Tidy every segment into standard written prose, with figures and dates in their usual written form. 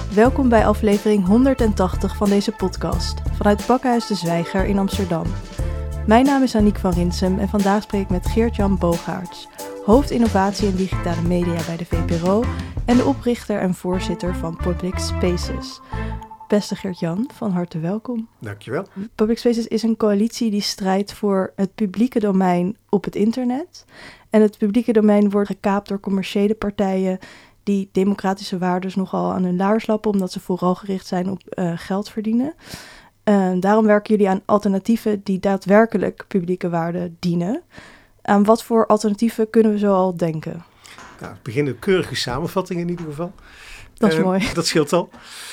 Welkom bij aflevering 180 van deze podcast vanuit Pakhuis de Zwijger in Amsterdam. Mijn naam is Aniek van Rinsum en vandaag spreek ik met Geert-Jan Boogaerts, hoofd innovatie en digitale media bij de VPRO en de oprichter en voorzitter van Public Spaces. Beste Geert-Jan, van harte welkom. Dankjewel. Public Spaces is een coalitie die strijdt voor het publieke domein op het internet. En het publieke domein wordt gekaapt door commerciële partijen die democratische waarden nogal aan hun laars lappen, omdat ze vooral gericht zijn op geld verdienen. Daarom werken jullie aan alternatieven die daadwerkelijk publieke waarden dienen. Aan wat voor alternatieven kunnen we zo al denken? Nou, ik begin een keurige samenvatting in ieder geval. Dat is mooi. Dat scheelt al.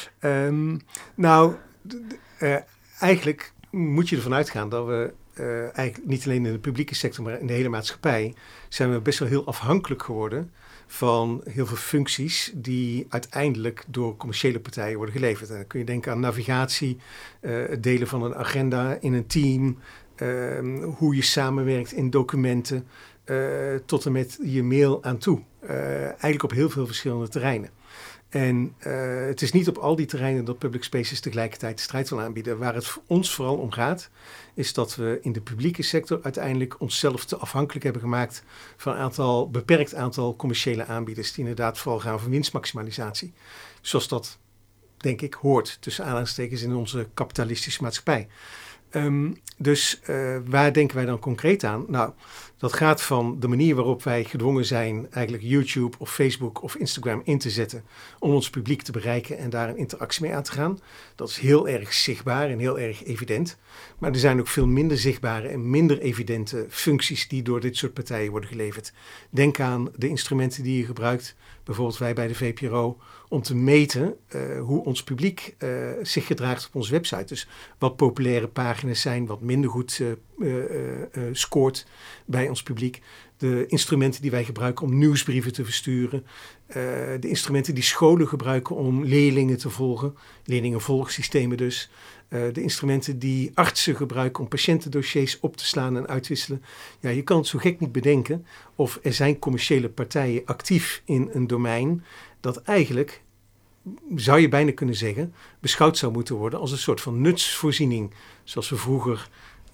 Eigenlijk moet je ervan uitgaan dat we eigenlijk niet alleen in de publieke sector, maar in de hele maatschappij zijn we best wel heel afhankelijk geworden van heel veel functies die uiteindelijk door commerciële partijen worden geleverd. En dan kun je denken aan navigatie, het delen van een agenda in een team, hoe je samenwerkt in documenten, tot en met je mail aan toe. Eigenlijk op heel veel verschillende terreinen. En het is niet op al die terreinen dat Public Spaces tegelijkertijd de strijd wil aanbieden. Waar het voor ons vooral om gaat, is dat we in de publieke sector uiteindelijk onszelf te afhankelijk hebben gemaakt van een beperkt aantal commerciële aanbieders die inderdaad vooral gaan voor winstmaximalisatie. Zoals dat, denk ik, hoort tussen aanhalingstekens in onze kapitalistische maatschappij. Dus waar denken wij dan concreet aan? Nou, dat gaat van de manier waarop wij gedwongen zijn eigenlijk YouTube of Facebook of Instagram in te zetten om ons publiek te bereiken en daar een interactie mee aan te gaan. Dat is heel erg zichtbaar en heel erg evident. Maar er zijn ook veel minder zichtbare en minder evidente functies die door dit soort partijen worden geleverd. Denk aan de instrumenten die je gebruikt, bijvoorbeeld wij bij de VPRO, om te meten hoe ons publiek zich gedraagt op onze website. Dus wat populaire pagina's zijn, wat minder goed scoort bij ons publiek. De instrumenten die wij gebruiken om nieuwsbrieven te versturen. De instrumenten die scholen gebruiken om leerlingen te volgen. Leerlingenvolgsystemen dus. De instrumenten die artsen gebruiken om patiëntendossiers op te slaan en uitwisselen. Ja, je kan het zo gek niet bedenken of er zijn commerciële partijen actief in een domein dat eigenlijk, zou je bijna kunnen zeggen, beschouwd zou moeten worden als een soort van nutsvoorziening. Zoals we vroeger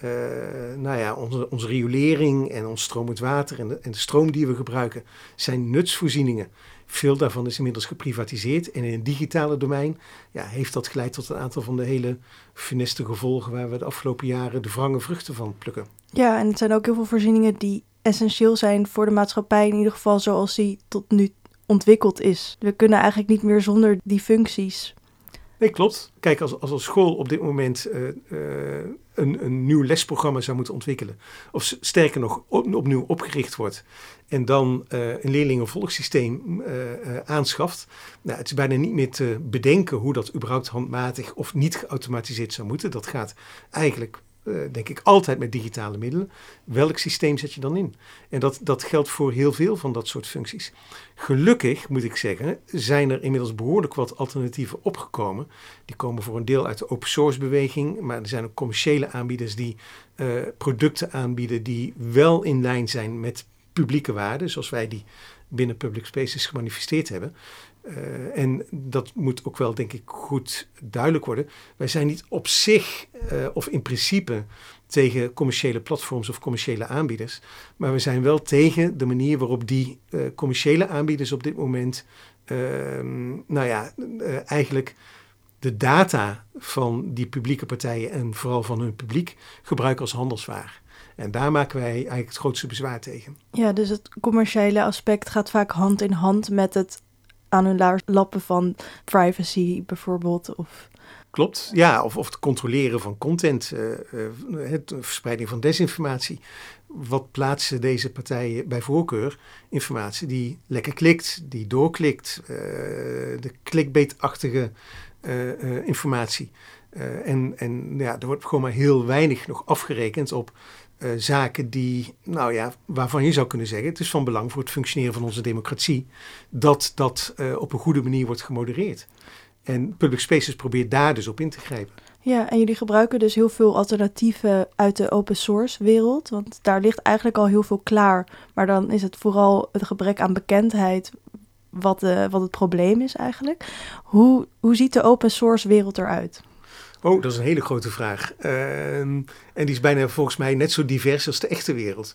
onze riolering en ons stromend water en de stroom die we gebruiken zijn nutsvoorzieningen. Veel daarvan is inmiddels geprivatiseerd en in het digitale domein heeft dat geleid tot een aantal van de hele funeste gevolgen waar we de afgelopen jaren de wrange vruchten van plukken. Ja, en het zijn ook heel veel voorzieningen die essentieel zijn voor de maatschappij, in ieder geval zoals die tot nu ontwikkeld is. We kunnen eigenlijk niet meer zonder die functies. Nee, klopt. Kijk, als een school op dit moment een nieuw lesprogramma zou moeten ontwikkelen, of sterker nog opnieuw opgericht wordt en dan een leerlingenvolgsysteem aanschaft, nou, het is bijna niet meer te bedenken hoe dat überhaupt handmatig of niet geautomatiseerd zou moeten. Dat gaat eigenlijk, denk ik, altijd met digitale middelen. Welk systeem zet je dan in? En dat geldt voor heel veel van dat soort functies. Gelukkig, moet ik zeggen, zijn er inmiddels behoorlijk wat alternatieven opgekomen. Die komen voor een deel uit de open source beweging, maar er zijn ook commerciële aanbieders die producten aanbieden die wel in lijn zijn met publieke waarden, zoals wij die binnen Public Spaces gemanifesteerd hebben. En dat moet ook wel, denk ik, goed duidelijk worden. Wij zijn niet op zich of in principe tegen commerciële platforms of commerciële aanbieders. Maar we zijn wel tegen de manier waarop die commerciële aanbieders op dit moment eigenlijk de data van die publieke partijen en vooral van hun publiek gebruiken als handelswaar. En daar maken wij eigenlijk het grootste bezwaar tegen. Ja, dus het commerciële aspect gaat vaak hand in hand met het aan hun laars lappen van privacy bijvoorbeeld. Klopt, ja, of het controleren van content, de verspreiding van desinformatie. Wat plaatsen deze partijen bij voorkeur? Informatie die lekker klikt, die doorklikt, de clickbait-achtige informatie. Er wordt gewoon maar heel weinig nog afgerekend op zaken die, waarvan je zou kunnen zeggen, het is van belang voor het functioneren van onze democratie, dat op een goede manier wordt gemodereerd. En Public Spaces probeert daar dus op in te grijpen. Ja, en jullie gebruiken dus heel veel alternatieven uit de open source wereld, want daar ligt eigenlijk al heel veel klaar. Maar dan is het vooral het gebrek aan bekendheid wat het probleem is eigenlijk. Hoe ziet de open source wereld eruit? Oh, dat is een hele grote vraag. En die is bijna volgens mij net zo divers als de echte wereld.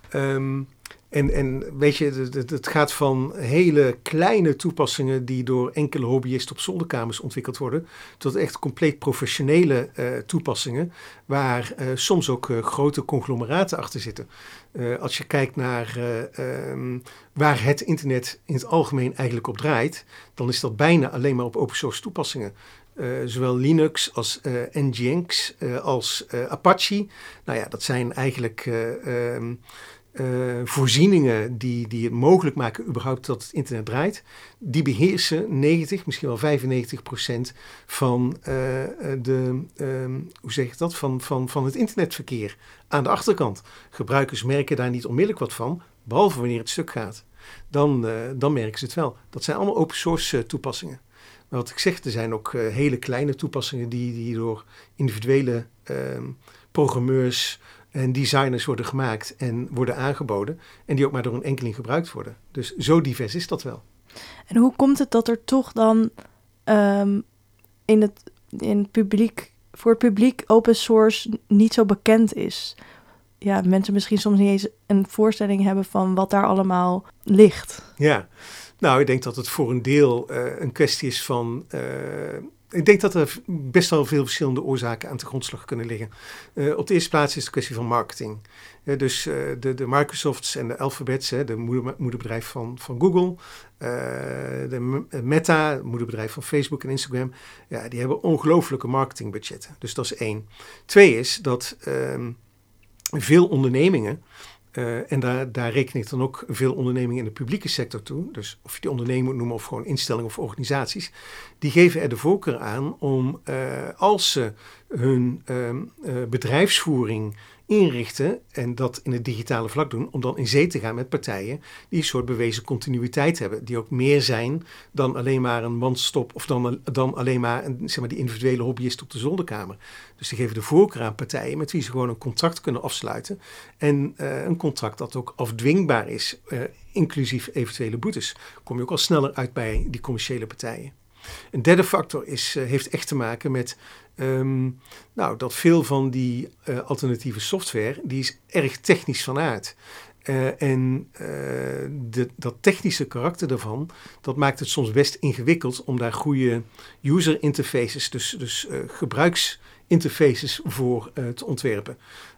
En weet je, het gaat van hele kleine toepassingen die door enkele hobbyisten op zolderkamers ontwikkeld worden, tot echt compleet professionele toepassingen, waar soms ook grote conglomeraten achter zitten. Als je kijkt naar waar het internet in het algemeen eigenlijk op draait, dan is dat bijna alleen maar op open source toepassingen. Zowel Linux als Nginx als Apache. Nou ja, dat zijn eigenlijk voorzieningen die het mogelijk maken überhaupt dat het internet draait. Die beheersen 90, misschien wel 95% van van het internetverkeer aan de achterkant. Gebruikers merken daar niet onmiddellijk wat van, behalve wanneer het stuk gaat. Dan merken ze het wel. Dat zijn allemaal open source toepassingen. Maar wat ik zeg, er zijn ook hele kleine toepassingen die door individuele programmeurs en designers worden gemaakt en worden aangeboden. En die ook maar door een enkeling gebruikt worden. Dus zo divers is dat wel. En hoe komt het dat er toch dan voor het publiek open source niet zo bekend is? Ja, mensen misschien soms niet eens een voorstelling hebben van wat daar allemaal ligt. Ja, nou, ik denk dat het voor een deel een kwestie is van ik denk dat er best wel veel verschillende oorzaken aan de grondslag kunnen liggen. Op de eerste plaats is het een kwestie van marketing. Dus de Microsofts en de Alphabets, de moederbedrijf van Google, de Meta, het moederbedrijf van Facebook en Instagram, ja, die hebben ongelooflijke marketingbudgetten. Dus dat is 1. 2 is dat veel ondernemingen, en daar reken ik dan ook veel ondernemingen in de publieke sector toe. Dus of je die onderneming moet noemen of gewoon instellingen of organisaties. Die geven er de voorkeur aan om als ze hun bedrijfsvoering inrichten en dat in het digitale vlak doen, om dan in zee te gaan met partijen die een soort bewezen continuïteit hebben. Die ook meer zijn dan alleen maar een one-stop of dan alleen maar, die individuele hobbyist op de zolderkamer. Dus die geven de voorkeur aan partijen met wie ze gewoon een contract kunnen afsluiten. En een contract dat ook afdwingbaar is, inclusief eventuele boetes. Kom je ook al sneller uit bij die commerciële partijen. Een derde factor heeft echt te maken met dat veel van die alternatieve software, die is erg technisch van aard. Dat technische karakter daarvan, dat maakt het soms best ingewikkeld om daar goede user interfaces, dus gebruiksinterfaces voor te ontwerpen.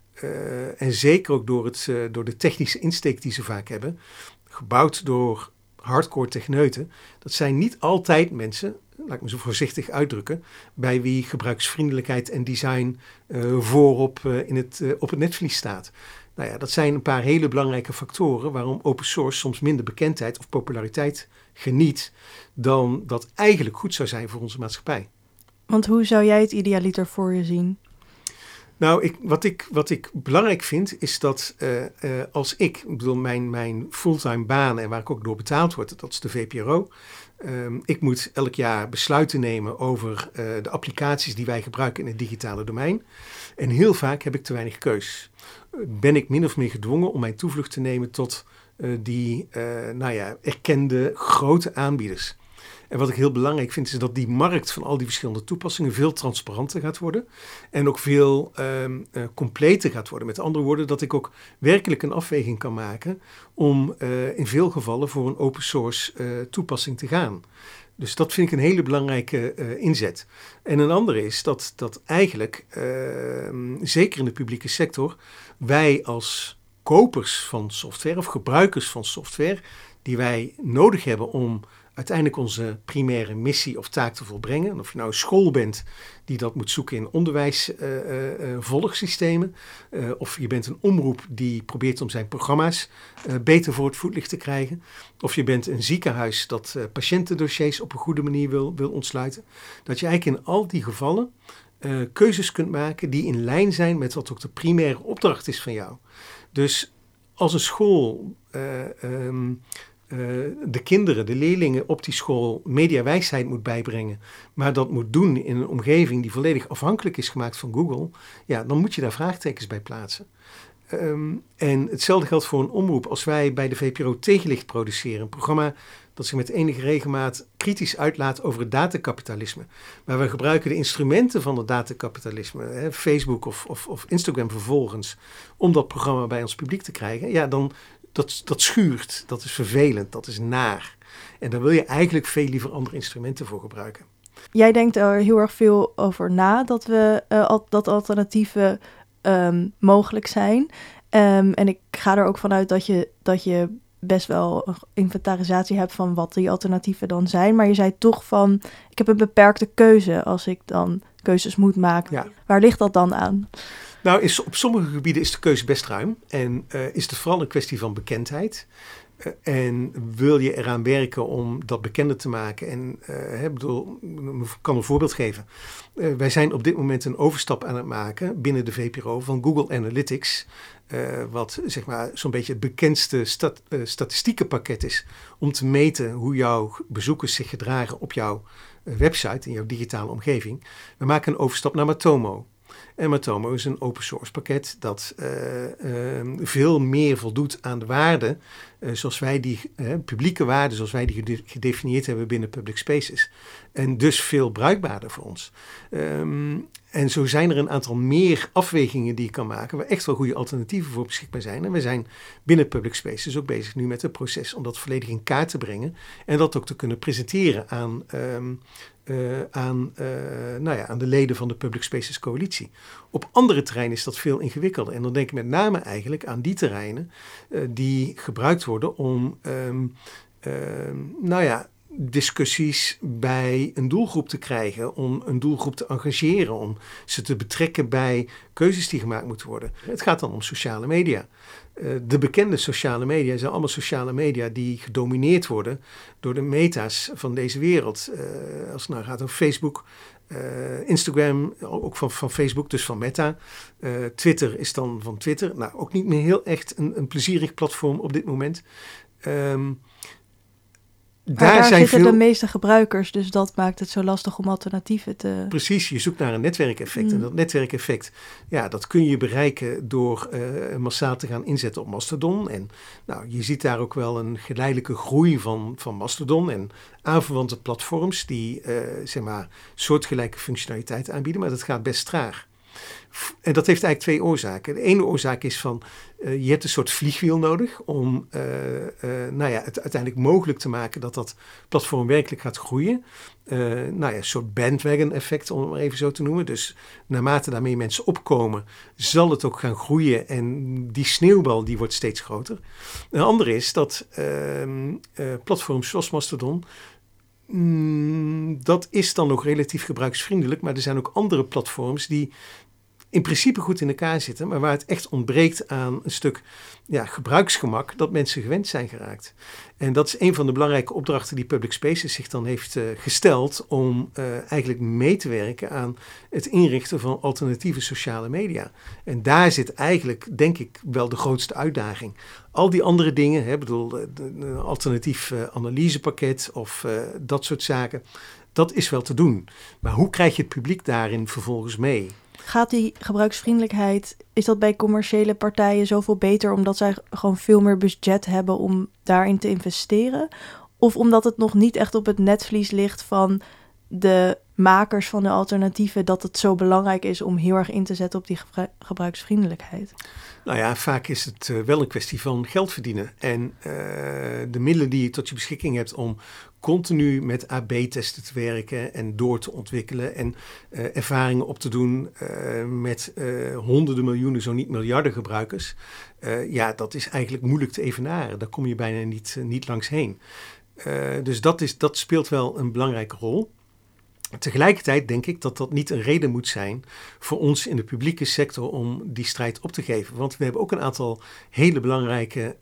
En zeker ook door de technische insteek die ze vaak hebben, gebouwd door hardcore techneuten. Dat zijn niet altijd mensen, laat ik me zo voorzichtig uitdrukken, bij wie gebruiksvriendelijkheid en design voorop op het netvlies staat. Nou ja, dat zijn een paar hele belangrijke factoren waarom open source soms minder bekendheid of populariteit geniet dan dat eigenlijk goed zou zijn voor onze maatschappij. Want hoe zou jij het idealiter voor je zien? Nou, wat ik belangrijk vind is dat als ik bedoel mijn fulltime baan en waar ik ook door betaald word, dat is de VPRO. Ik moet elk jaar besluiten nemen over de applicaties die wij gebruiken in het digitale domein. En heel vaak heb ik te weinig keus. Ben ik min of meer gedwongen om mijn toevlucht te nemen tot die erkende grote aanbieders. En wat ik heel belangrijk vind is dat die markt van al die verschillende toepassingen veel transparanter gaat worden. En ook veel completer gaat worden. Met andere woorden, dat ik ook werkelijk een afweging kan maken om in veel gevallen voor een open source toepassing te gaan. Dus dat vind ik een hele belangrijke inzet. En een andere is dat eigenlijk, zeker in de publieke sector, wij als kopers van software of gebruikers van software, die wij nodig hebben om uiteindelijk onze primaire missie of taak te volbrengen. En of je nou een school bent die dat moet zoeken in onderwijsvolgsystemen. Of je bent een omroep die probeert om zijn programma's beter voor het voetlicht te krijgen. Of je bent een ziekenhuis dat patiëntendossiers op een goede manier wil ontsluiten. Dat je eigenlijk in al die gevallen keuzes kunt maken die in lijn zijn met wat ook de primaire opdracht is van jou. Dus als een school de kinderen, de leerlingen op die school mediawijsheid moet bijbrengen, maar dat moet doen in een omgeving die volledig afhankelijk is gemaakt van Google, ja, dan moet je daar vraagtekens bij plaatsen. En hetzelfde geldt voor een omroep. Als wij bij de VPRO Tegenlicht produceren, een programma dat zich met enige regelmaat kritisch uitlaat over het datakapitalisme. Maar we gebruiken de instrumenten van het datakapitalisme, Facebook of Instagram vervolgens, om dat programma bij ons publiek te krijgen. Ja, dan dat schuurt, dat is vervelend, dat is naar. En daar wil je eigenlijk veel liever andere instrumenten voor gebruiken. Jij denkt er heel erg veel over na dat alternatieven mogelijk zijn. En ik ga er ook vanuit dat je best wel een inventarisatie hebt van wat die alternatieven dan zijn. Maar je zei toch van, ik heb een beperkte keuze als ik dan keuzes moet maken. Ja. Waar ligt dat dan aan? Nou, op sommige gebieden is de keuze best ruim. En is het vooral een kwestie van bekendheid. En wil je eraan werken om dat bekender te maken? En ik kan een voorbeeld geven. Wij zijn op dit moment een overstap aan het maken binnen de VPRO van Google Analytics. Wat zeg maar zo'n beetje het bekendste statistiekenpakket is om te meten hoe jouw bezoekers zich gedragen op jouw website, in jouw digitale omgeving. We maken een overstap naar Matomo. En Matomo is een open source pakket dat veel meer voldoet aan de waarden zoals wij die publieke waarden zoals wij die gedefinieerd hebben binnen public spaces. En dus veel bruikbaarder voor ons. En zo zijn er een aantal meer afwegingen die je kan maken waar echt wel goede alternatieven voor beschikbaar zijn. En we zijn binnen public spaces ook bezig nu met het proces om dat volledig in kaart te brengen en dat ook te kunnen presenteren aan de leden van de Public Spaces Coalitie. Op andere terreinen is dat veel ingewikkelder. En dan denk ik met name eigenlijk aan die terreinen die gebruikt worden om discussies bij een doelgroep te krijgen, om een doelgroep te engageren, om ze te betrekken bij keuzes die gemaakt moeten worden. Het gaat dan om sociale media. De bekende sociale media zijn allemaal sociale media die gedomineerd worden door de meta's van deze wereld. Als het nou gaat over Facebook, Instagram, ook van Facebook, dus van Meta. Twitter is dan van Twitter. Nou, ook niet meer heel echt een plezierig platform op dit moment. Daar zitten de meeste gebruikers, dus dat maakt het zo lastig om alternatieven te... Precies, je zoekt naar een netwerkeffect. En dat netwerkeffect, ja, dat kun je bereiken door massaal te gaan inzetten op Mastodon. En nou, je ziet daar ook wel een geleidelijke groei van Mastodon en aanverwante platforms die soortgelijke functionaliteit aanbieden, maar dat gaat best traag. En dat heeft eigenlijk twee oorzaken. De ene oorzaak is van, je hebt een soort vliegwiel nodig om het uiteindelijk mogelijk te maken dat dat platform werkelijk gaat groeien. Een soort bandwagon effect, om het maar even zo te noemen. Dus naarmate daarmee mensen opkomen, zal het ook gaan groeien en die sneeuwbal die wordt steeds groter. Een andere is dat platforms zoals Mastodon, dat is dan nog relatief gebruiksvriendelijk, maar er zijn ook andere platforms die in principe goed in elkaar zitten, maar waar het echt ontbreekt aan een stuk gebruiksgemak dat mensen gewend zijn geraakt. En dat is een van de belangrijke opdrachten die Public Spaces zich dan heeft gesteld om eigenlijk mee te werken aan het inrichten van alternatieve sociale media. En daar zit eigenlijk, denk ik, wel de grootste uitdaging. Al die andere dingen, een alternatief analysepakket of dat soort zaken, dat is wel te doen. Maar hoe krijg je het publiek daarin vervolgens mee? Gaat die gebruiksvriendelijkheid, is dat bij commerciële partijen zoveel beter omdat zij gewoon veel meer budget hebben om daarin te investeren? Of omdat het nog niet echt op het netvlies ligt van de makers van de alternatieven dat het zo belangrijk is om heel erg in te zetten op die gebruiksvriendelijkheid? Nou ja, vaak is het wel een kwestie van geld verdienen. En de middelen die je tot je beschikking hebt om continu met AB-testen te werken en door te ontwikkelen en ervaringen op te doen met honderden miljoenen, zo niet miljarden gebruikers. Dat is eigenlijk moeilijk te evenaren. Daar kom je bijna niet langs heen. Dus dat speelt wel een belangrijke rol. Tegelijkertijd denk ik dat dat niet een reden moet zijn voor ons in de publieke sector om die strijd op te geven. Want we hebben ook een aantal hele belangrijke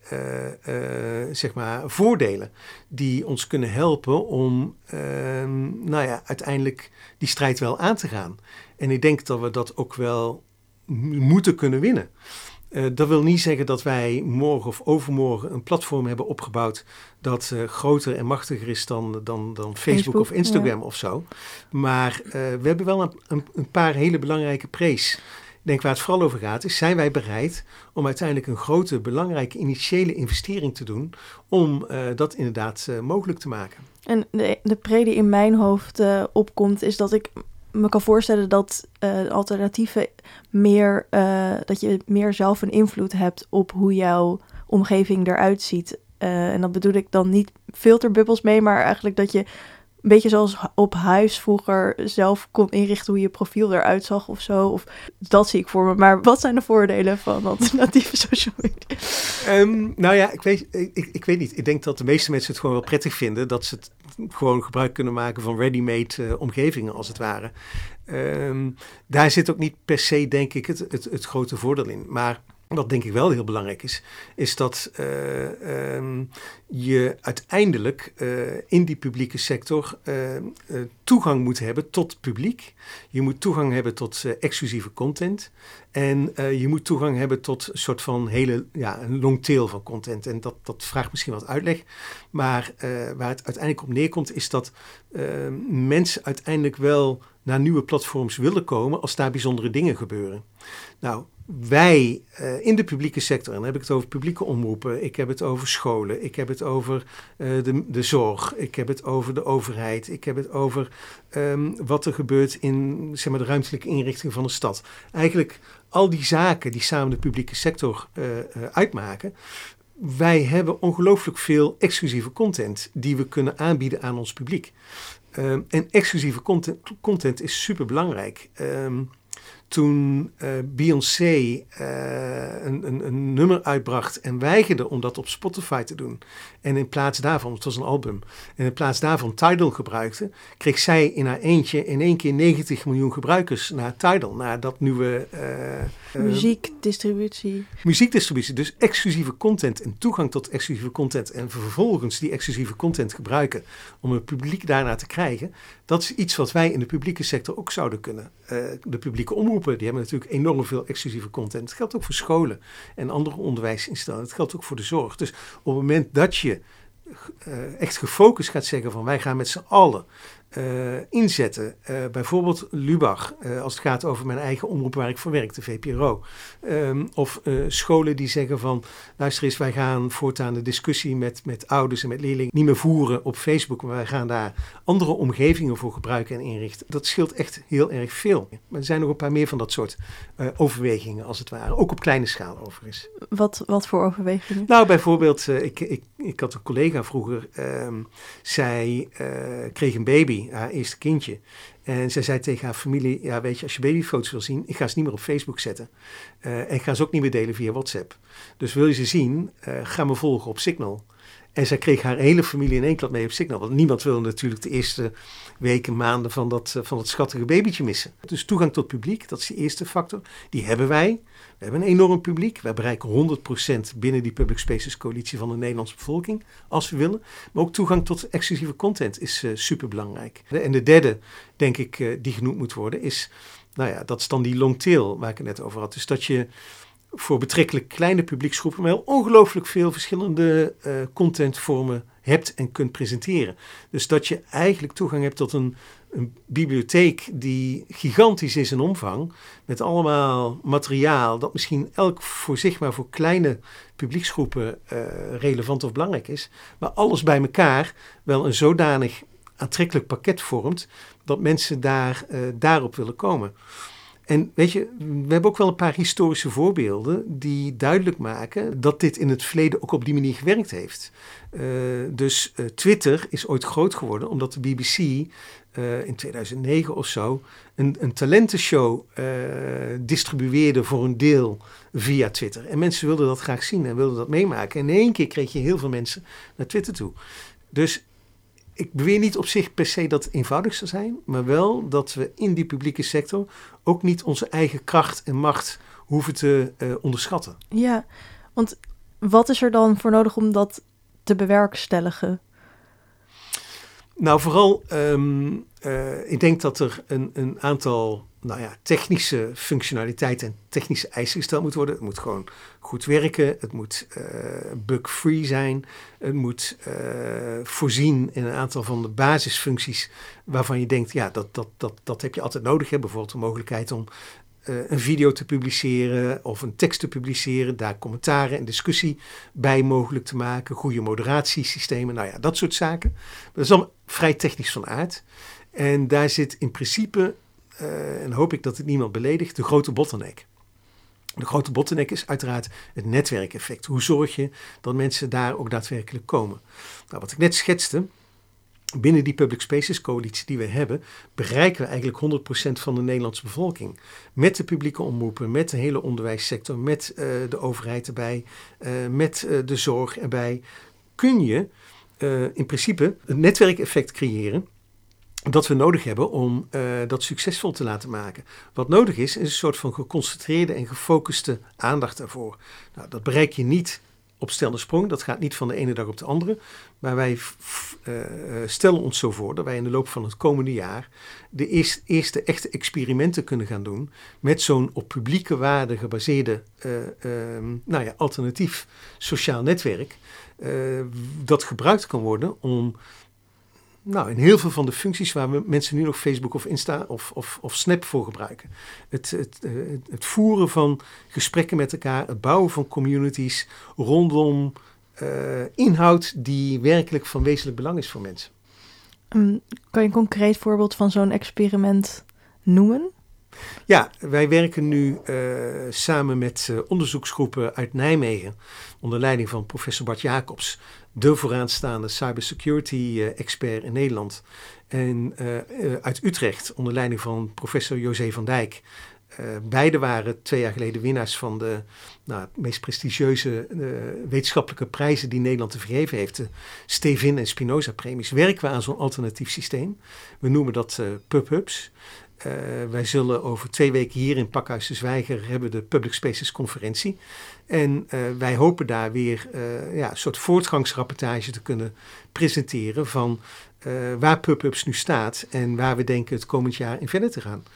voordelen die ons kunnen helpen om uiteindelijk die strijd wel aan te gaan. En ik denk dat we dat ook wel moeten kunnen winnen. Dat wil niet zeggen dat wij morgen of overmorgen een platform hebben opgebouwd dat groter en machtiger is dan Facebook of Instagram of zo. Maar we hebben wel een paar hele belangrijke pre's Ik denk waar het vooral over gaat is, zijn wij bereid om uiteindelijk een grote, belangrijke initiële investering te doen om dat inderdaad mogelijk te maken. En de pre die in mijn hoofd opkomt is dat ik me kan voorstellen dat alternatieven meer, dat je meer zelf een invloed hebt op hoe jouw omgeving eruit ziet. En dat bedoel ik dan niet filterbubbels mee, maar eigenlijk dat je een beetje zoals op huis vroeger zelf kon inrichten hoe je profiel eruit zag of zo. Of dat zie ik voor me. Maar wat zijn de voordelen van alternatieve social media? Nou ja, ik weet niet. Ik denk dat de meeste mensen het gewoon wel prettig vinden. Dat ze het gewoon gebruik kunnen maken van ready-made omgevingen als het ware. Daar zit ook niet per se, denk ik, het grote voordeel in. Maar wat denk ik wel heel belangrijk is dat je uiteindelijk in die publieke sector toegang moet hebben tot publiek. Je moet toegang hebben tot exclusieve content. En je moet toegang hebben tot een soort van een long tail van content. En dat vraagt misschien wat uitleg. Maar waar het uiteindelijk op neerkomt is dat mensen uiteindelijk wel naar nieuwe platforms willen komen als daar bijzondere dingen gebeuren. Nou, wij in de publieke sector, en dan heb ik het over publieke omroepen, ik heb het over scholen, ik heb het over de zorg, ik heb het over de overheid, ik heb het over wat er gebeurt in zeg maar, de ruimtelijke inrichting van een stad. Eigenlijk al die zaken die samen de publieke sector uitmaken. Wij hebben ongelooflijk veel exclusieve content die we kunnen aanbieden aan ons publiek. En exclusieve content is super belangrijk. Toen Beyoncé een nummer uitbracht en weigerde om dat op Spotify te doen. En in plaats daarvan, het was een album, en in plaats daarvan Tidal gebruikte, kreeg zij in haar eentje in één keer 90 miljoen gebruikers naar Tidal, naar dat nieuwe... Muziekdistributie, dus exclusieve content en toegang tot exclusieve content en vervolgens die exclusieve content gebruiken om het publiek daarna te krijgen. Dat is iets wat wij in de publieke sector ook zouden kunnen. De publieke omroepen, die hebben natuurlijk enorm veel exclusieve content. Dat geldt ook voor scholen en andere onderwijsinstellingen. Dat geldt ook voor de zorg. Dus op het moment dat je echt gefocust gaat zeggen van wij gaan met z'n allen inzetten. Bijvoorbeeld Lubach, als het gaat over mijn eigen omroep waar ik voor werk, de VPRO. Of scholen die zeggen van, luister eens, wij gaan voortaan de discussie met ouders en met leerlingen niet meer voeren op Facebook, maar wij gaan daar andere omgevingen voor gebruiken en inrichten. Dat scheelt echt heel erg veel. Maar er zijn nog een paar meer van dat soort overwegingen, als het ware. Ook op kleine schaal overigens. Wat voor overwegingen? Nou, bijvoorbeeld, ik had een collega vroeger, zij kreeg een baby, haar eerste kindje. En zij zei tegen haar familie, ja weet je, als je babyfoto's wil zien, ik ga ze niet meer op Facebook zetten. En ik ga ze ook niet meer delen via WhatsApp. Dus wil je ze zien, ga me volgen op Signal. En zij kreeg haar hele familie in één klap mee op Signal. Want niemand wilde natuurlijk de eerste weken, maanden van dat schattige babytje missen. Dus toegang tot publiek, dat is de eerste factor. Die hebben wij. We hebben een enorm publiek. Wij bereiken 100% binnen die Public Spaces coalitie van de Nederlandse bevolking, als we willen. Maar ook toegang tot exclusieve content is superbelangrijk. En de derde, denk ik, die genoemd moet worden, is, nou ja, dat is dan die long tail waar ik het net over had. Dus dat je voor betrekkelijk kleine publieksgroepen wel ongelooflijk veel verschillende contentvormen hebt en kunt presenteren. Dus dat je eigenlijk toegang hebt tot een bibliotheek die gigantisch is in omvang, met allemaal materiaal dat misschien elk voor zich maar voor kleine publieksgroepen relevant of belangrijk is, maar alles bij elkaar wel een zodanig aantrekkelijk pakket vormt dat mensen daarop willen komen. En weet je, we hebben ook wel een paar historische voorbeelden die duidelijk maken dat dit in het verleden ook op die manier gewerkt heeft. Dus Twitter is ooit groot geworden omdat de BBC in 2009 of zo een talentenshow distribueerde voor een deel via Twitter. En mensen wilden dat graag zien en wilden dat meemaken. En in één keer kreeg je heel veel mensen naar Twitter toe. Dus ik beweer niet op zich per se dat het eenvoudig zou zijn, maar wel dat we in die publieke sector ook niet onze eigen kracht en macht hoeven te onderschatten. Ja, want wat is er dan voor nodig om dat te bewerkstelligen? Nou, vooral, ik denk dat er een aantal technische functionaliteiten en technische eisen gesteld moet worden. Het moet gewoon goed werken, het moet bug-free zijn, het moet voorzien in een aantal van de basisfuncties waarvan je denkt, ja, dat heb je altijd nodig. Hè? Bijvoorbeeld de mogelijkheid om een video te publiceren of een tekst te publiceren, daar commentaren en discussie bij mogelijk te maken, goede moderatiesystemen, nou ja, dat soort zaken. Dat is allemaal vrij technisch van aard. En daar zit in principe, en hoop ik dat het niemand beledigt, de grote bottleneck. De grote bottleneck is uiteraard het netwerkeffect. Hoe zorg je dat mensen daar ook daadwerkelijk komen? Nou, wat ik net schetste, binnen die public spaces coalitie die we hebben, bereiken we eigenlijk 100% van de Nederlandse bevolking. Met de publieke omroepen, met de hele onderwijssector, met de overheid erbij, met de zorg erbij. Kun je in principe een netwerkeffect creëren dat we nodig hebben om dat succesvol te laten maken. Wat nodig is een soort van geconcentreerde en gefocuste aandacht daarvoor. Nou, dat bereik je niet op stel de sprong. Dat gaat niet van de ene dag op de andere. Maar wij stellen ons zo voor dat wij in de loop van het komende jaar de eerste echte experimenten kunnen gaan doen met zo'n op publieke waarden gebaseerde alternatief sociaal netwerk. Dat gebruikt kan worden om in heel veel van de functies waar we mensen nu nog Facebook of Insta of Snap voor gebruiken. Het voeren van gesprekken met elkaar, het bouwen van communities rondom inhoud die werkelijk van wezenlijk belang is voor mensen. Kan je een concreet voorbeeld van zo'n experiment noemen? Ja, wij werken nu samen met onderzoeksgroepen uit Nijmegen onder leiding van professor Bart Jacobs, de vooraanstaande cybersecurity expert in Nederland. En uit Utrecht onder leiding van professor José van Dijk. Beide waren 2 jaar geleden winnaars van de meest prestigieuze wetenschappelijke prijzen die Nederland te vergeven heeft. De Stevin en Spinoza premies. Werken we aan zo'n alternatief systeem. We noemen dat PubHubs. Wij zullen over 2 weken hier in Pakhuis de Zwijger hebben de Public Spaces conferentie. En wij hopen daar weer een soort voortgangsrapportage te kunnen presenteren van waar PubHubs nu staat en waar we denken het komend jaar in verder te gaan.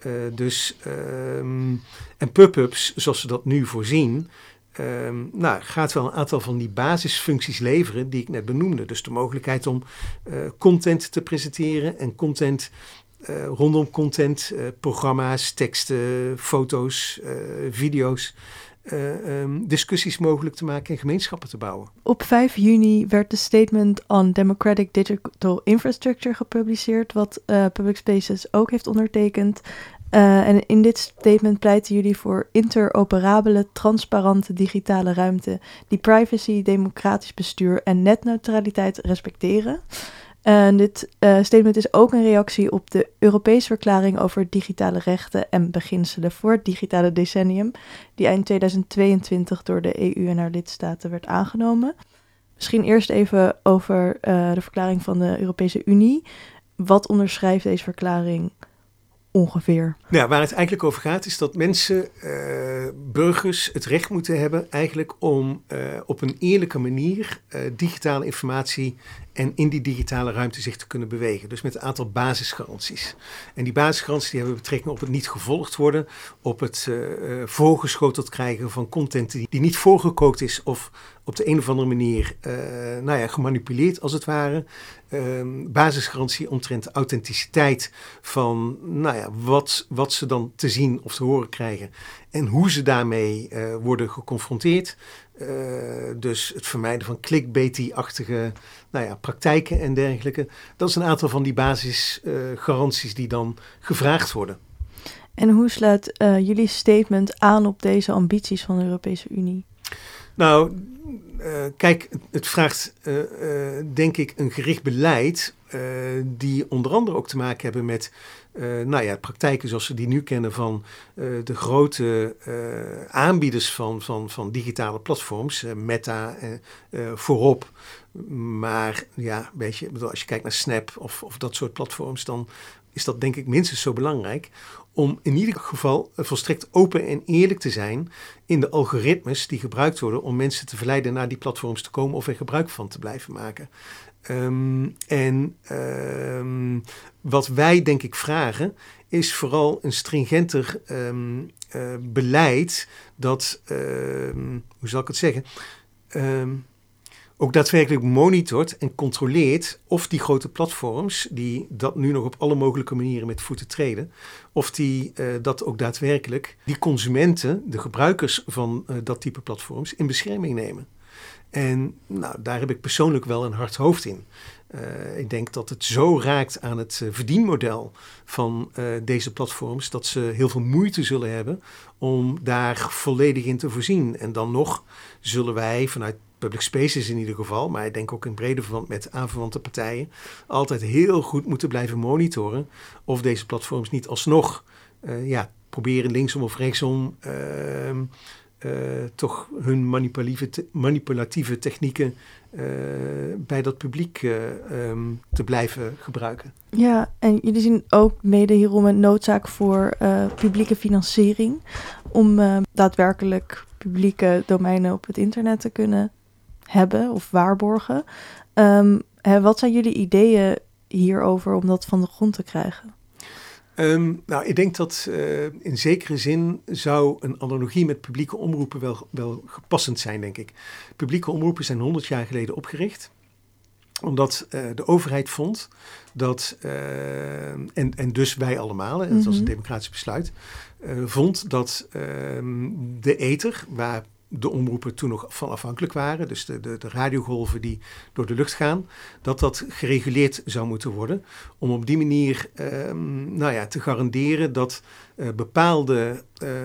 En PubHubs, zoals we dat nu voorzien, gaat wel een aantal van die basisfuncties leveren die ik net benoemde. Dus de mogelijkheid om content te presenteren en content rondom content, programma's, teksten, foto's, video's, discussies mogelijk te maken en gemeenschappen te bouwen. Op 5 juni werd de Statement on Democratic Digital Infrastructure gepubliceerd, wat Public Spaces ook heeft ondertekend. En in dit statement pleiten jullie voor interoperabele, transparante digitale ruimte die privacy, democratisch bestuur en netneutraliteit respecteren. Dit statement is ook een reactie op de Europese verklaring over digitale rechten en beginselen voor het digitale decennium, die eind 2022 door de EU en haar lidstaten werd aangenomen. Misschien eerst even over de verklaring van de Europese Unie. Wat onderschrijft deze verklaring ongeveer? Ja, waar het eigenlijk over gaat is dat mensen, burgers, het recht moeten hebben eigenlijk om op een eerlijke manier digitale informatie en in die digitale ruimte zich te kunnen bewegen. Dus met een aantal basisgaranties. En die basisgaranties die hebben betrekking op het niet gevolgd worden, op het voorgeschoteld krijgen van content die niet voorgekookt is of op de een of andere manier gemanipuleerd als het ware. Basisgarantie omtrent de authenticiteit van wat ze dan te zien of te horen krijgen en hoe ze daarmee worden geconfronteerd. Dus het vermijden van clickbaity-achtige praktijken en dergelijke. Dat is een aantal van die basisgaranties die dan gevraagd worden. En hoe sluit jullie statement aan op deze ambities van de Europese Unie? Nou, kijk, het vraagt denk ik een gericht beleid die onder andere ook te maken hebben met praktijken zoals we die nu kennen van de grote aanbieders van digitale platforms, Meta voorop. Maar ja, weet je, als je kijkt naar Snap of dat soort platforms, dan is dat denk ik minstens zo belangrijk om in ieder geval volstrekt open en eerlijk te zijn in de algoritmes die gebruikt worden om mensen te verleiden naar die platforms te komen of er gebruik van te blijven maken. Wat wij denk ik vragen is vooral een stringenter beleid dat, hoe zal ik het zeggen, ook daadwerkelijk monitort en controleert of die grote platforms, die dat nu nog op alle mogelijke manieren met voeten treden, of die dat ook daadwerkelijk die consumenten, de gebruikers van dat type platforms, in bescherming nemen. En daar heb ik persoonlijk wel een hard hoofd in. Ik denk dat het zo raakt aan het verdienmodel van deze platforms, dat ze heel veel moeite zullen hebben om daar volledig in te voorzien. En dan nog zullen wij vanuit Public Spaces in ieder geval, maar ik denk ook in breder verband met aanverwante partijen, altijd heel goed moeten blijven monitoren of deze platforms niet alsnog proberen linksom of rechtsom toch hun manipulatieve technieken bij dat publiek te blijven gebruiken. Ja, en jullie zien ook mede hierom een noodzaak voor publieke financiering om daadwerkelijk publieke domeinen op het internet te kunnen hebben of waarborgen. Wat zijn jullie ideeën hierover om dat van de grond te krijgen? Ik denk dat in zekere zin zou een analogie met publieke omroepen wel gepassend zijn, denk ik. Publieke omroepen zijn 100 jaar geleden opgericht, omdat de overheid vond dat, en dus wij allemaal, en dat was een democratisch besluit, vond dat de ether, waar de omroepen toen nog van afhankelijk waren, dus de radiogolven die door de lucht gaan, dat gereguleerd zou moeten worden, om op die manier te garanderen dat bepaalde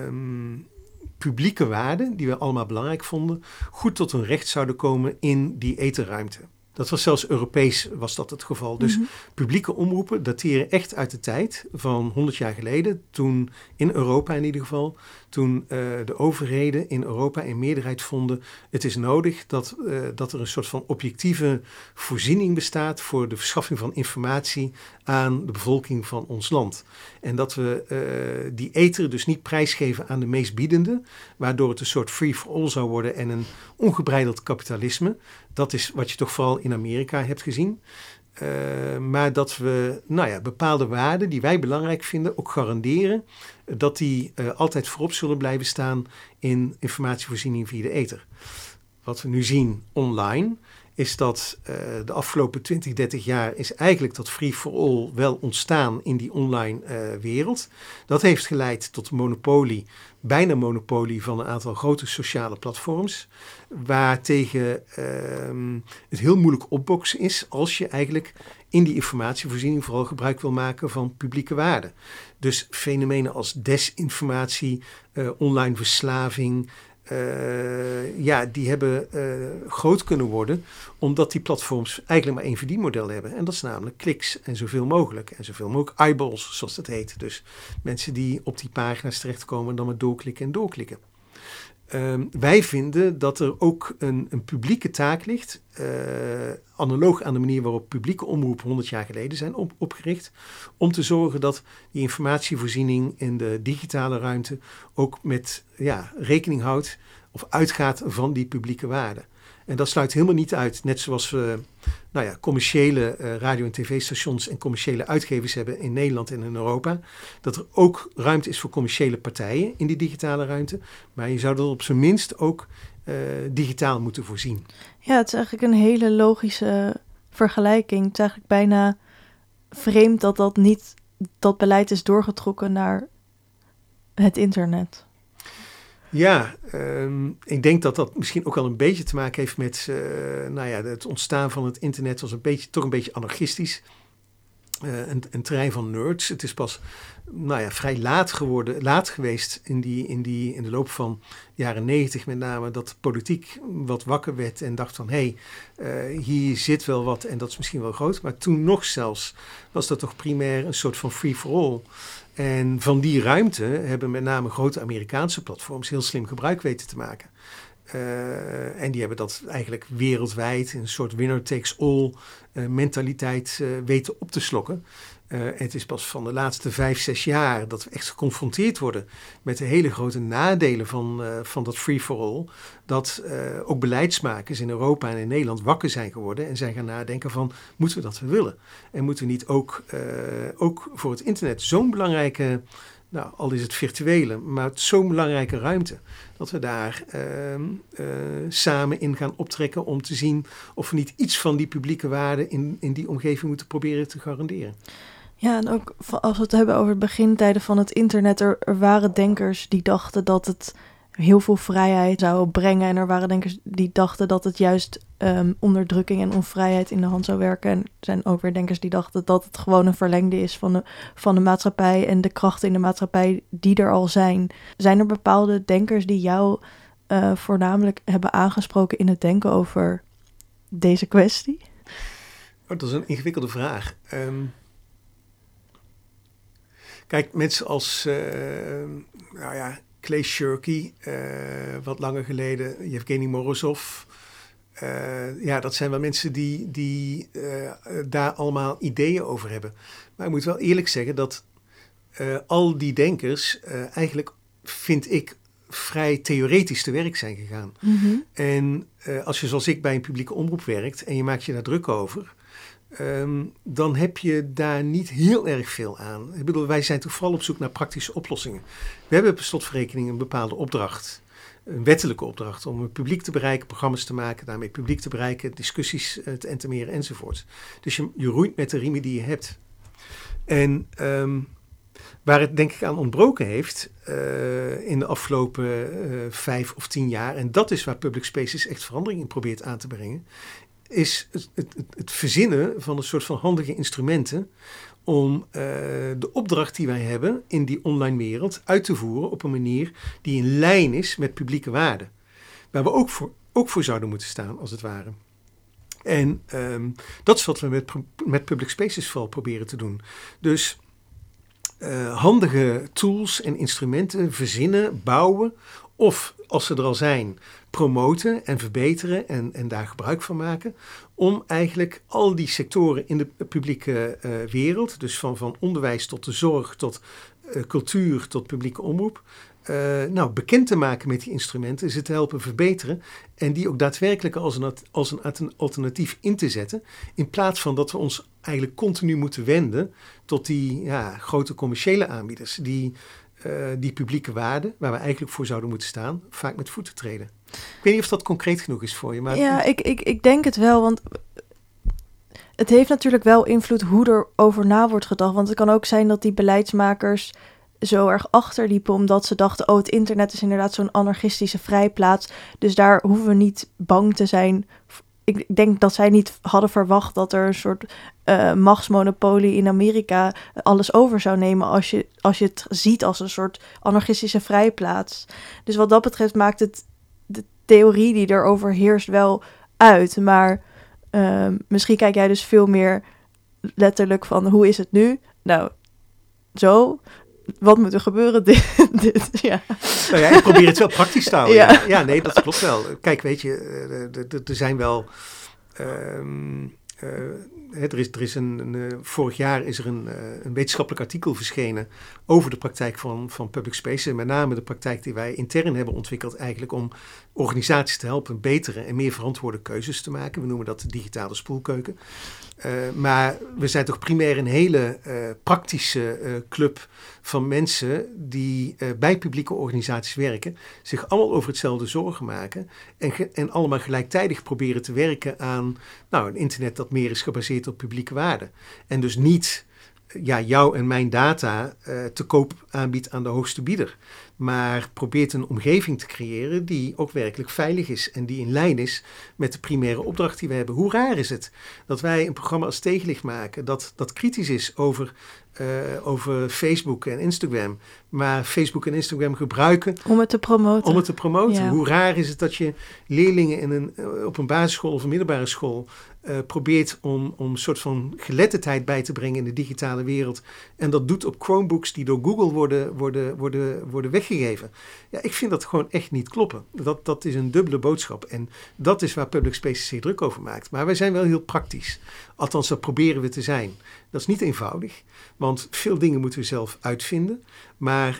publieke waarden, die we allemaal belangrijk vonden, goed tot hun recht zouden komen in die etherruimte. Dat was zelfs Europees was dat het geval. Dus publieke omroepen dateren echt uit de tijd van 100 jaar geleden, toen in Europa in ieder geval, toen de overheden in Europa in meerderheid vonden, het is nodig dat er een soort van objectieve voorziening bestaat voor de verschaffing van informatie aan de bevolking van ons land. En dat we die ether dus niet prijsgeven aan de meest biedende, waardoor het een soort free-for-all zou worden en een ongebreideld kapitalisme. Dat is wat je toch vooral in Amerika hebt gezien. Maar dat we bepaalde waarden die wij belangrijk vinden ook garanderen dat die altijd voorop zullen blijven staan in informatievoorziening via de ether. Wat we nu zien online is dat de afgelopen 20, 30 jaar is eigenlijk dat free-for-all wel ontstaan in die online wereld. Dat heeft geleid tot bijna monopolie van een aantal grote sociale platforms, waartegen het heel moeilijk opboksen is als je eigenlijk in die informatievoorziening vooral gebruik wil maken van publieke waarden. Dus fenomenen als desinformatie, online verslaving, die hebben groot kunnen worden, omdat die platforms eigenlijk maar één verdienmodel hebben. En dat is namelijk kliks en zoveel mogelijk. En zoveel mogelijk eyeballs, zoals dat heet. Dus mensen die op die pagina's terechtkomen en dan maar doorklikken en doorklikken. Wij vinden dat er ook een publieke taak ligt, analoog aan de manier waarop publieke omroepen 100 jaar geleden zijn opgericht, om te zorgen dat die informatievoorziening in de digitale ruimte ook met rekening houdt of uitgaat van die publieke waarden. En dat sluit helemaal niet uit, net zoals we commerciële radio- en tv-stations en commerciële uitgevers hebben in Nederland en in Europa, dat er ook ruimte is voor commerciële partijen in die digitale ruimte, maar je zou dat op zijn minst ook digitaal moeten voorzien. Ja, het is eigenlijk een hele logische vergelijking. Het is eigenlijk bijna vreemd dat beleid is doorgetrokken naar het internet. Ja, ik denk dat dat misschien ook wel een beetje te maken heeft met het ontstaan van het internet was toch een beetje anarchistisch. Een terrein van nerds. Het is pas vrij laat geweest in de loop van de jaren 90 met name, dat de politiek wat wakker werd en dacht van hier zit wel wat en dat is misschien wel groot. Maar toen nog zelfs was dat toch primair een soort van free-for-all. En van die ruimte hebben met name grote Amerikaanse platforms heel slim gebruik weten te maken. En die hebben dat eigenlijk wereldwijd in een soort winner-takes-all mentaliteit weten op te slokken. Het is pas van de laatste 5, 6 jaar dat we echt geconfronteerd worden met de hele grote nadelen van dat free-for-all. Dat ook beleidsmakers in Europa en in Nederland wakker zijn geworden en zijn gaan nadenken van, moeten we dat willen? En moeten we niet ook voor het internet zo'n belangrijke nou, al is het virtuele, maar het is zo'n belangrijke ruimte dat we daar samen in gaan optrekken om te zien of we niet iets van die publieke waarde in die omgeving moeten proberen te garanderen. Ja, en ook als we het hebben over de begintijden van het internet, er waren denkers die dachten dat het heel veel vrijheid zou brengen. En er waren denkers die dachten dat het juist onderdrukking en onvrijheid in de hand zou werken. En er zijn ook weer denkers die dachten dat het gewoon een verlengde is van de maatschappij en de krachten in de maatschappij die er al zijn. Zijn er bepaalde denkers die jou voornamelijk hebben aangesproken in het denken over deze kwestie? Oh, dat is een ingewikkelde vraag. Kijk, mensen als Clay Shirky, wat langer geleden, Yevgeny Morozov. Dat zijn wel mensen die daar allemaal ideeën over hebben. Maar ik moet wel eerlijk zeggen dat al die denkers eigenlijk, vind ik, vrij theoretisch te werk zijn gegaan. Mm-hmm. En als je zoals ik bij een publieke omroep werkt en je maakt je daar druk over, dan heb je daar niet heel erg veel aan. Ik bedoel, wij zijn toch vooral op zoek naar praktische oplossingen. We hebben per slotverrekening een bepaalde opdracht, een wettelijke opdracht, om het publiek te bereiken, programma's te maken, daarmee het publiek te bereiken, discussies te entameren enzovoort. Dus je roeit met de riemen die je hebt. En waar het denk ik aan ontbroken heeft in de afgelopen 5 of 10 jaar, en dat is waar Public Spaces echt verandering in probeert aan te brengen, is het verzinnen van een soort van handige instrumenten om de opdracht die wij hebben in die online wereld uit te voeren op een manier die in lijn is met publieke waarden. Waar we ook voor zouden moeten staan, als het ware. En dat is wat we met Public Spaces vooral proberen te doen. Dus handige tools en instrumenten verzinnen, bouwen, of als ze er al zijn, promoten en verbeteren en daar gebruik van maken, om eigenlijk al die sectoren in de publieke wereld, dus van onderwijs tot de zorg, tot cultuur, tot publieke omroep, bekend te maken met die instrumenten, ze te helpen verbeteren en die ook daadwerkelijk als een alternatief in te zetten, in plaats van dat we ons eigenlijk continu moeten wenden tot die grote commerciële aanbieders, die publieke waarden, waar we eigenlijk voor zouden moeten staan, vaak met voeten treden. Ik weet niet of dat concreet genoeg is voor je. Maar ja, ik denk het wel, want het heeft natuurlijk wel invloed hoe er over na wordt gedacht. Want het kan ook zijn dat die beleidsmakers zo erg achterliepen omdat ze dachten, het internet is inderdaad zo'n anarchistische vrijplaats. Dus daar hoeven we niet bang te zijn. Ik denk dat zij niet hadden verwacht dat er een soort machtsmonopolie in Amerika alles over zou nemen als je het ziet als een soort anarchistische vrijplaats. Dus wat dat betreft maakt het de theorie die erover heerst wel uit. Maar misschien kijk jij dus veel meer letterlijk van hoe is het nu? Nou, zo. Wat moet er gebeuren? Dit, ja. Nou ja, ik probeer het wel praktisch te houden. Ja. Ja, nee, dat klopt wel. Kijk, weet je, er zijn wel... vorig jaar is er een wetenschappelijk artikel verschenen over de praktijk van public spaces. En met name de praktijk die wij intern hebben ontwikkeld eigenlijk om organisaties te helpen betere en meer verantwoorde keuzes te maken. We noemen dat de digitale spoelkeuken. Maar we zijn toch primair een hele praktische club van mensen die bij publieke organisaties werken, zich allemaal over hetzelfde zorgen maken en allemaal gelijktijdig proberen te werken aan een internet dat meer is gebaseerd op publieke waarden. En dus niet jou en mijn data te koop aanbiedt aan de hoogste bieder. Maar probeert een omgeving te creëren die ook werkelijk veilig is en die in lijn is met de primaire opdracht die we hebben. Hoe raar is het dat wij een programma als Tegenlicht maken dat kritisch is over Facebook en Instagram, maar Facebook en Instagram gebruiken om het te promoten. Ja. Hoe raar is het dat je leerlingen op een basisschool of een middelbare school probeert om een soort van geletterdheid bij te brengen in de digitale wereld. En dat doet op Chromebooks die door Google worden weggegeven. Ja, ik vind dat gewoon echt niet kloppen. Dat is een dubbele boodschap. En dat is waar Public Spaces zich druk over maakt. Maar wij zijn wel heel praktisch. Althans, dat proberen we te zijn. Dat is niet eenvoudig. Want veel dingen moeten we zelf uitvinden. Maar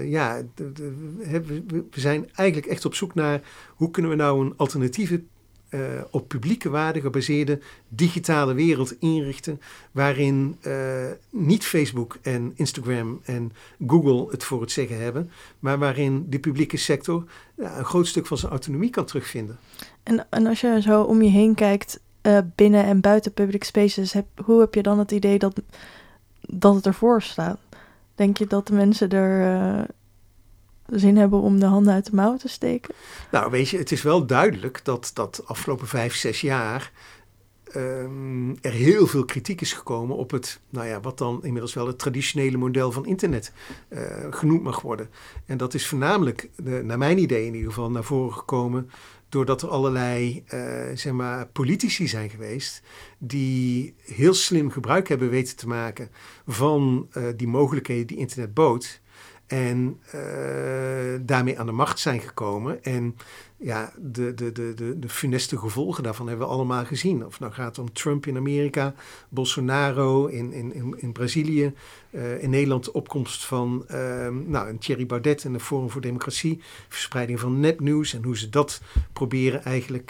we zijn eigenlijk echt op zoek naar hoe kunnen we nou een alternatieve op publieke waarden gebaseerde digitale wereld inrichten, waarin niet Facebook en Instagram en Google het voor het zeggen hebben, maar waarin de publieke sector een groot stuk van zijn autonomie kan terugvinden. En als je zo om je heen kijkt, binnen en buiten public spaces, hoe heb je dan het idee dat het ervoor staat? Denk je dat de mensen er zin hebben om de handen uit de mouwen te steken? Nou, weet je, het is wel duidelijk dat de afgelopen 5-6 jaar er heel veel kritiek is gekomen op het, wat dan inmiddels wel het traditionele model van internet genoemd mag worden. En dat is voornamelijk, naar mijn idee in ieder geval, naar voren gekomen doordat er allerlei politici zijn geweest die heel slim gebruik hebben weten te maken van die mogelijkheden die internet bood. En daarmee aan de macht zijn gekomen. En ja, de funeste gevolgen daarvan hebben we allemaal gezien. Of nou gaat het om Trump in Amerika, Bolsonaro in Brazilië. In Nederland de opkomst van een Thierry Baudet en de Forum voor Democratie. Verspreiding van nepnieuws en hoe ze dat proberen eigenlijk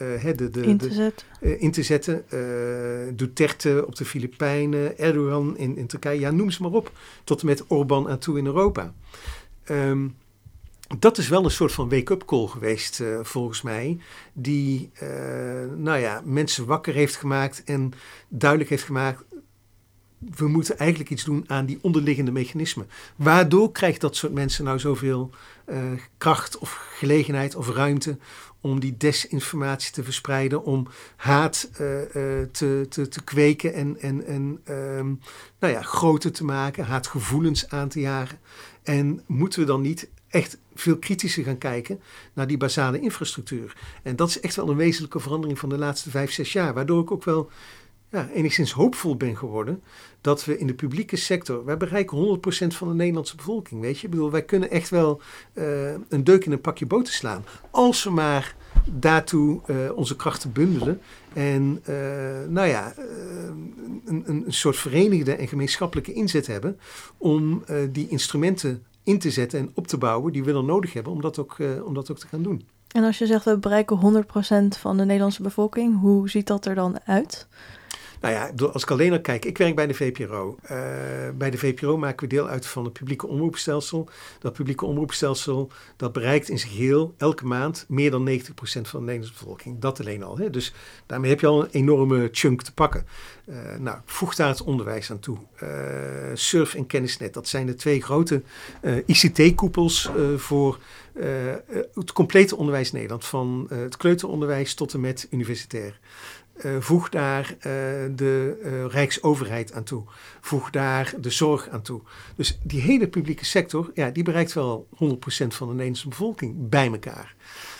in te zetten. Duterte op de Filipijnen, Erdogan in Turkije. Ja, noem ze maar op. Tot en met Orbán aan toe in Europa. Dat is wel een soort van wake-up call geweest, volgens mij. Die mensen wakker heeft gemaakt en duidelijk heeft gemaakt. We moeten eigenlijk iets doen aan die onderliggende mechanismen. Waardoor krijgt dat soort mensen nou zoveel kracht of gelegenheid of ruimte om die desinformatie te verspreiden, om haat te kweken en groter te maken, haatgevoelens aan te jagen. En moeten we dan niet echt veel kritischer gaan kijken naar die basale infrastructuur? En dat is echt wel een wezenlijke verandering van de laatste 5-6 jaar, waardoor ik ook wel enigszins hoopvol ben geworden dat we in de publieke sector, wij bereiken 100% van de Nederlandse bevolking, weet je. Ik bedoel, wij kunnen echt wel een deuk in een pakje boter slaan, als we maar daartoe onze krachten bundelen en een soort verenigde en gemeenschappelijke inzet hebben om die instrumenten in te zetten en op te bouwen die we dan nodig hebben om dat ook te gaan doen. En als je zegt we bereiken 100% van de Nederlandse bevolking, hoe ziet dat er dan uit? Nou ja, als ik alleen naar kijk, ik werk bij de VPRO. Bij de VPRO maken we deel uit van het publieke omroepstelsel. Dat publieke omroepstelsel, dat bereikt in zijn geheel elke maand meer dan 90% van de Nederlandse bevolking. Dat alleen al. Hè? Dus daarmee heb je al een enorme chunk te pakken. Voeg daar het onderwijs aan toe. Surf en Kennisnet, dat zijn de twee grote ICT-koepels voor het complete onderwijs in Nederland. Van het kleuteronderwijs tot en met universitair. Voeg daar de Rijksoverheid aan toe. Voeg daar de zorg aan toe. Dus die hele publieke sector, die bereikt wel 100% van de Nederlandse bevolking bij elkaar.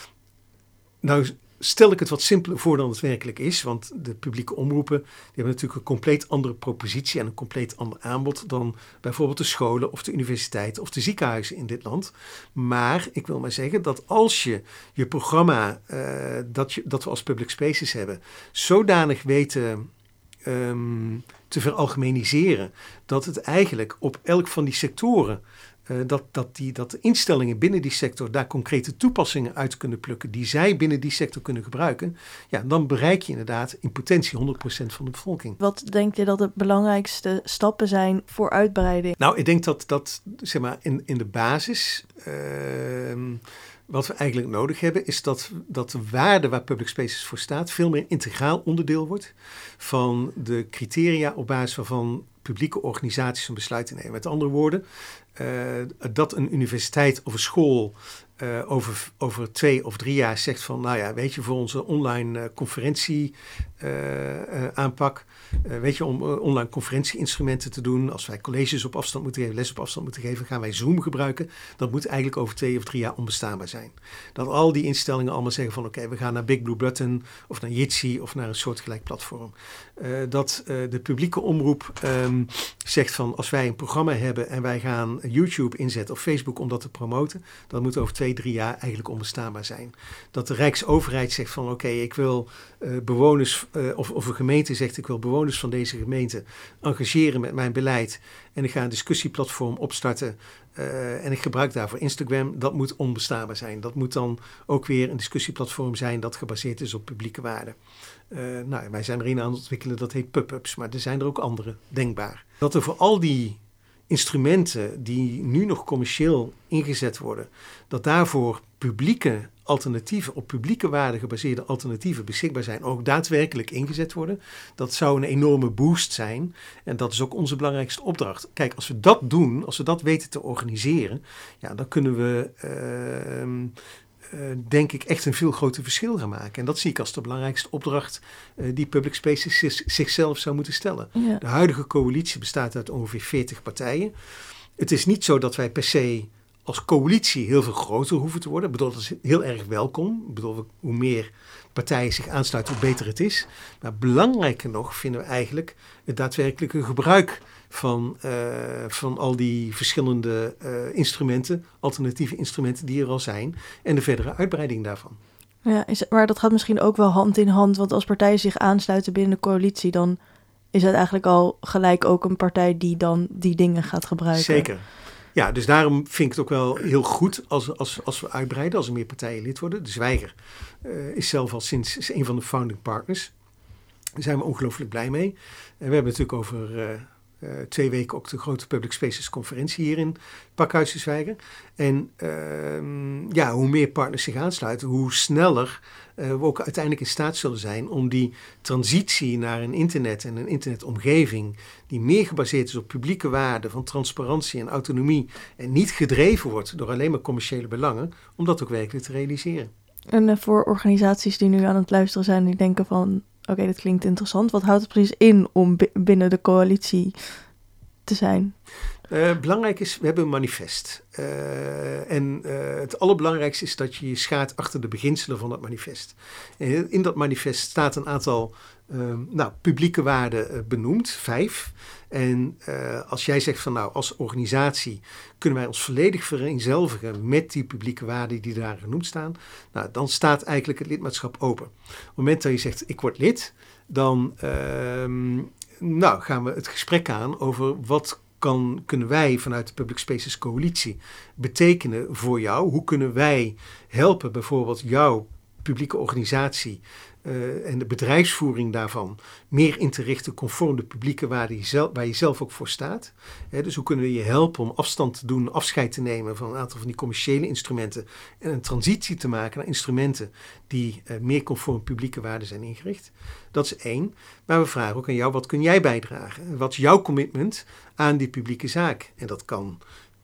Nou stel ik het wat simpeler voor dan het werkelijk is, want de publieke omroepen die hebben natuurlijk een compleet andere propositie en een compleet ander aanbod dan bijvoorbeeld de scholen of de universiteiten of de ziekenhuizen in dit land. Maar ik wil maar zeggen dat als je programma dat we als public spaces hebben zodanig weten te veralgemeniseren dat het eigenlijk op elk van die sectoren dat de instellingen binnen die sector daar concrete toepassingen uit kunnen plukken die zij binnen die sector kunnen gebruiken, dan bereik je inderdaad in potentie 100% van de bevolking. Wat denk je dat de belangrijkste stappen zijn voor uitbreiding? Nou, ik denk dat zeg maar in de basis wat we eigenlijk nodig hebben is dat de waarde waar public spaces voor staat veel meer integraal onderdeel wordt van de criteria op basis waarvan publieke organisaties een besluit nemen. Met andere woorden, dat een universiteit of een school over 2 of 3 jaar zegt van, voor onze online conferentie aanpak, om online conferentieinstrumenten te doen, als wij colleges op afstand moeten geven, les op afstand moeten geven, gaan wij Zoom gebruiken. Dat moet eigenlijk over 2 of 3 jaar onbestaanbaar zijn. Dat al die instellingen allemaal zeggen van, we gaan naar Big Blue Button of naar Jitsi of naar een soortgelijk platform. Dat de publieke omroep zegt van, als wij een programma hebben en wij gaan YouTube inzetten of Facebook om dat te promoten, dat moet over 2 2-3 jaar eigenlijk onbestaanbaar zijn. Dat de Rijksoverheid zegt van oké, ik wil bewoners, of een gemeente zegt ik wil bewoners van deze gemeente engageren met mijn beleid. En ik ga een discussieplatform opstarten en ik gebruik daarvoor Instagram. Dat moet onbestaanbaar zijn. Dat moet dan ook weer een discussieplatform zijn dat gebaseerd is op publieke waarden. Wij zijn er een aan het ontwikkelen, dat heet pub-ups, maar er zijn er ook andere denkbaar. Dat er voor al die instrumenten die nu nog commercieel ingezet worden, dat daarvoor publieke alternatieven, op publieke waarden gebaseerde alternatieven beschikbaar zijn, ook daadwerkelijk ingezet worden, dat zou een enorme boost zijn. En dat is ook onze belangrijkste opdracht. Kijk, als we dat doen, als we dat weten te organiseren, ja, dan kunnen we denk ik echt een veel groter verschil gaan maken. En dat zie ik als de belangrijkste opdracht die Public Spaces zichzelf zou moeten stellen. Ja. De huidige coalitie bestaat uit ongeveer 40 partijen. Het is niet zo dat wij per se als coalitie heel veel groter hoeven te worden. Ik bedoel, dat is heel erg welkom. Ik bedoel, hoe meer partijen zich aansluiten, hoe beter het is. Maar belangrijker nog vinden we eigenlijk het daadwerkelijke gebruik van al die verschillende instrumenten, alternatieve instrumenten die er al zijn en de verdere uitbreiding daarvan. Ja, maar dat gaat misschien ook wel hand in hand, want als partijen zich aansluiten binnen de coalitie, dan is het eigenlijk al gelijk ook een partij die dan die dingen gaat gebruiken. Zeker. Ja, dus daarom vind ik het ook wel heel goed als we uitbreiden, als er meer partijen lid worden. De Zwijger is zelf al sinds een van de founding partners. Daar zijn we ongelooflijk blij mee. En we hebben natuurlijk over 2 weken ook de grote Public Spaces conferentie hier in Pakhuis de Zwijger. En hoe meer partners zich aansluiten, hoe sneller we ook uiteindelijk in staat zullen zijn om die transitie naar een internet en een internetomgeving die meer gebaseerd is op publieke waarden van transparantie en autonomie en niet gedreven wordt door alleen maar commerciële belangen, om dat ook werkelijk te realiseren. En voor organisaties die nu aan het luisteren zijn, die denken van oké, dat klinkt interessant. Wat houdt het precies in om binnen de coalitie te zijn? Belangrijk is, we hebben een manifest. Het allerbelangrijkste is dat je je schaadt achter de beginselen van dat manifest. En in dat manifest staat een aantal publieke waarden benoemd, 5. En als jij zegt van als organisatie kunnen wij ons volledig vereenzelvigen met die publieke waarden die daar genoemd staan, dan staat eigenlijk het lidmaatschap open. Op het moment dat je zegt ik word lid, dan gaan we het gesprek aan over wat kunnen wij vanuit de Public Spaces Coalitie betekenen voor jou? Hoe kunnen wij helpen bijvoorbeeld jouw publieke organisatie en de bedrijfsvoering daarvan meer in te richten conform de publieke waarden waar je zelf ook voor staat? Dus hoe kunnen we je helpen om afstand te doen, afscheid te nemen van een aantal van die commerciële instrumenten en een transitie te maken naar instrumenten die meer conform publieke waarden zijn ingericht? Dat is 1. Maar we vragen ook aan jou, wat kun jij bijdragen? Wat is jouw commitment aan die publieke zaak? En dat kan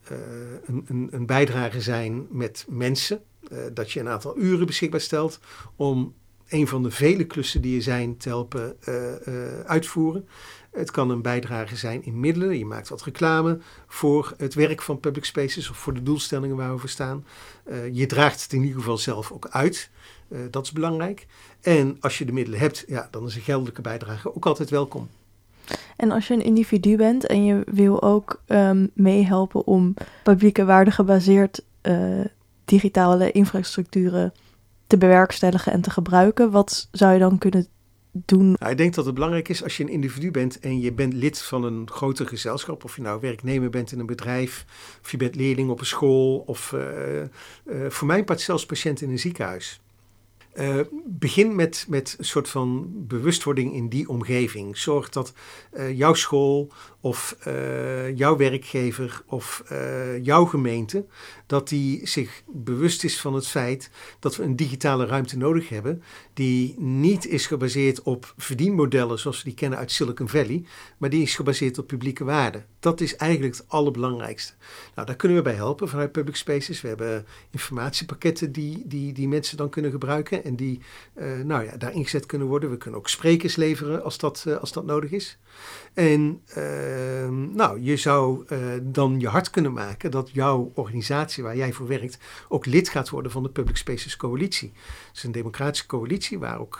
een bijdrage zijn met mensen, dat je een aantal uren beschikbaar stelt om een van de vele klussen die er zijn te helpen uitvoeren. Het kan een bijdrage zijn in middelen. Je maakt wat reclame voor het werk van Public Spaces of voor de doelstellingen waar we voor staan. Je draagt het in ieder geval zelf ook uit. Dat is belangrijk. En als je de middelen hebt, dan is een geldelijke bijdrage ook altijd welkom. En als je een individu bent en je wil ook meehelpen om publieke waarden gebaseerd digitale infrastructuren te bewerkstelligen en te gebruiken, wat zou je dan kunnen doen? Ik denk dat het belangrijk is als je een individu bent en je bent lid van een groter gezelschap, of je nou werknemer bent in een bedrijf, of je bent leerling op een school, of voor mijn part zelfs patiënt in een ziekenhuis. Begin met een soort van bewustwording in die omgeving. Zorg dat jouw school of jouw werkgever of jouw gemeente, dat die zich bewust is van het feit dat we een digitale ruimte nodig hebben die niet is gebaseerd op verdienmodellen zoals we die kennen uit Silicon Valley, maar die is gebaseerd op publieke waarden. Dat is eigenlijk het allerbelangrijkste. Daar kunnen we bij helpen vanuit Public Spaces. We hebben informatiepakketten die mensen dan kunnen gebruiken en die daar ingezet kunnen worden. We kunnen ook sprekers leveren als dat nodig is. En je zou dan je hart kunnen maken dat jouw organisatie waar jij voor werkt ook lid gaat worden van de Public Spaces Coalitie. Het is een democratische coalitie waar ook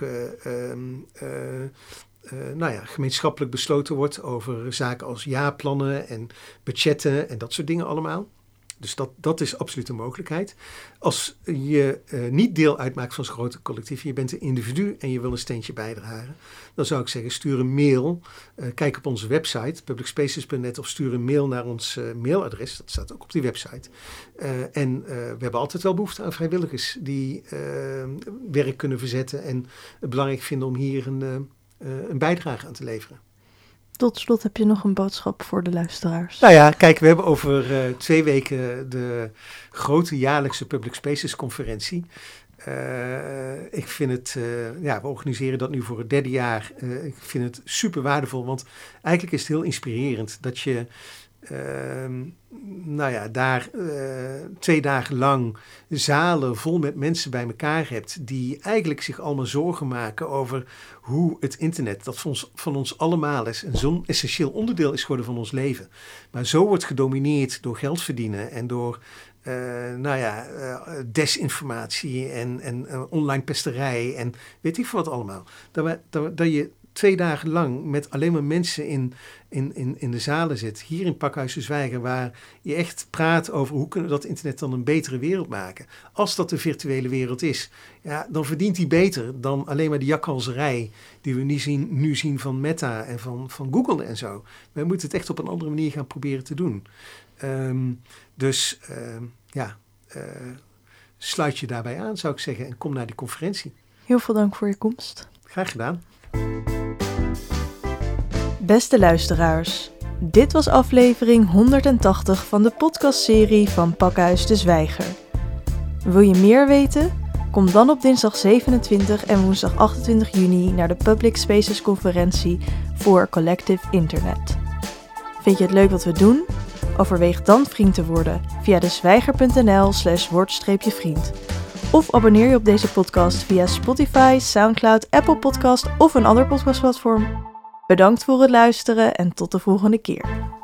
gemeenschappelijk besloten wordt over zaken als jaarplannen en budgetten en dat soort dingen allemaal. Dus dat is absoluut een mogelijkheid. Als je niet deel uitmaakt van zo'n grote collectief, je bent een individu en je wil een steentje bijdragen, dan zou ik zeggen, stuur een mail. Kijk op onze website, publicspaces.net, of stuur een mail naar ons mailadres. Dat staat ook op die website. En we hebben altijd wel behoefte aan vrijwilligers die werk kunnen verzetten en het belangrijk vinden om hier een bijdrage aan te leveren. Tot slot heb je nog een boodschap voor de luisteraars. Nou ja, kijk, we hebben over 2 weken de grote jaarlijkse Public Spaces conferentie. Ik vind het, we organiseren dat nu voor het 3e jaar. Ik vind het super waardevol, want eigenlijk is het heel inspirerend dat je daar 2 dagen lang zalen vol met mensen bij elkaar hebt die eigenlijk zich allemaal zorgen maken over hoe het internet, dat van ons allemaal is, en zo'n essentieel onderdeel is geworden van ons leven, maar zo wordt gedomineerd door geld verdienen en door desinformatie en online pesterij en weet ik veel wat allemaal. Dat je 2 dagen lang met alleen maar mensen in de zalen zit, hier in Pakhuis de Zwijger, waar je echt praat over hoe kunnen we dat internet dan een betere wereld maken. Als dat de virtuele wereld is, ja, dan verdient die beter dan alleen maar de jakhalzerij die we nu zien van Meta en van Google en zo. Wij moeten het echt op een andere manier gaan proberen te doen. Sluit je daarbij aan, zou ik zeggen, en kom naar die conferentie. Heel veel dank voor je komst. Graag gedaan. Beste luisteraars, dit was aflevering 180 van de podcastserie van Pakhuis de Zwijger. Wil je meer weten? Kom dan op dinsdag 27 en woensdag 28 juni naar de Public Spaces conferentie voor Collective Internet. Vind je het leuk wat we doen? Overweeg dan vriend te worden via dezwijger.nl/word-vriend. Of abonneer je op deze podcast via Spotify, Soundcloud, Apple Podcast of een ander podcastplatform. Bedankt voor het luisteren en tot de volgende keer.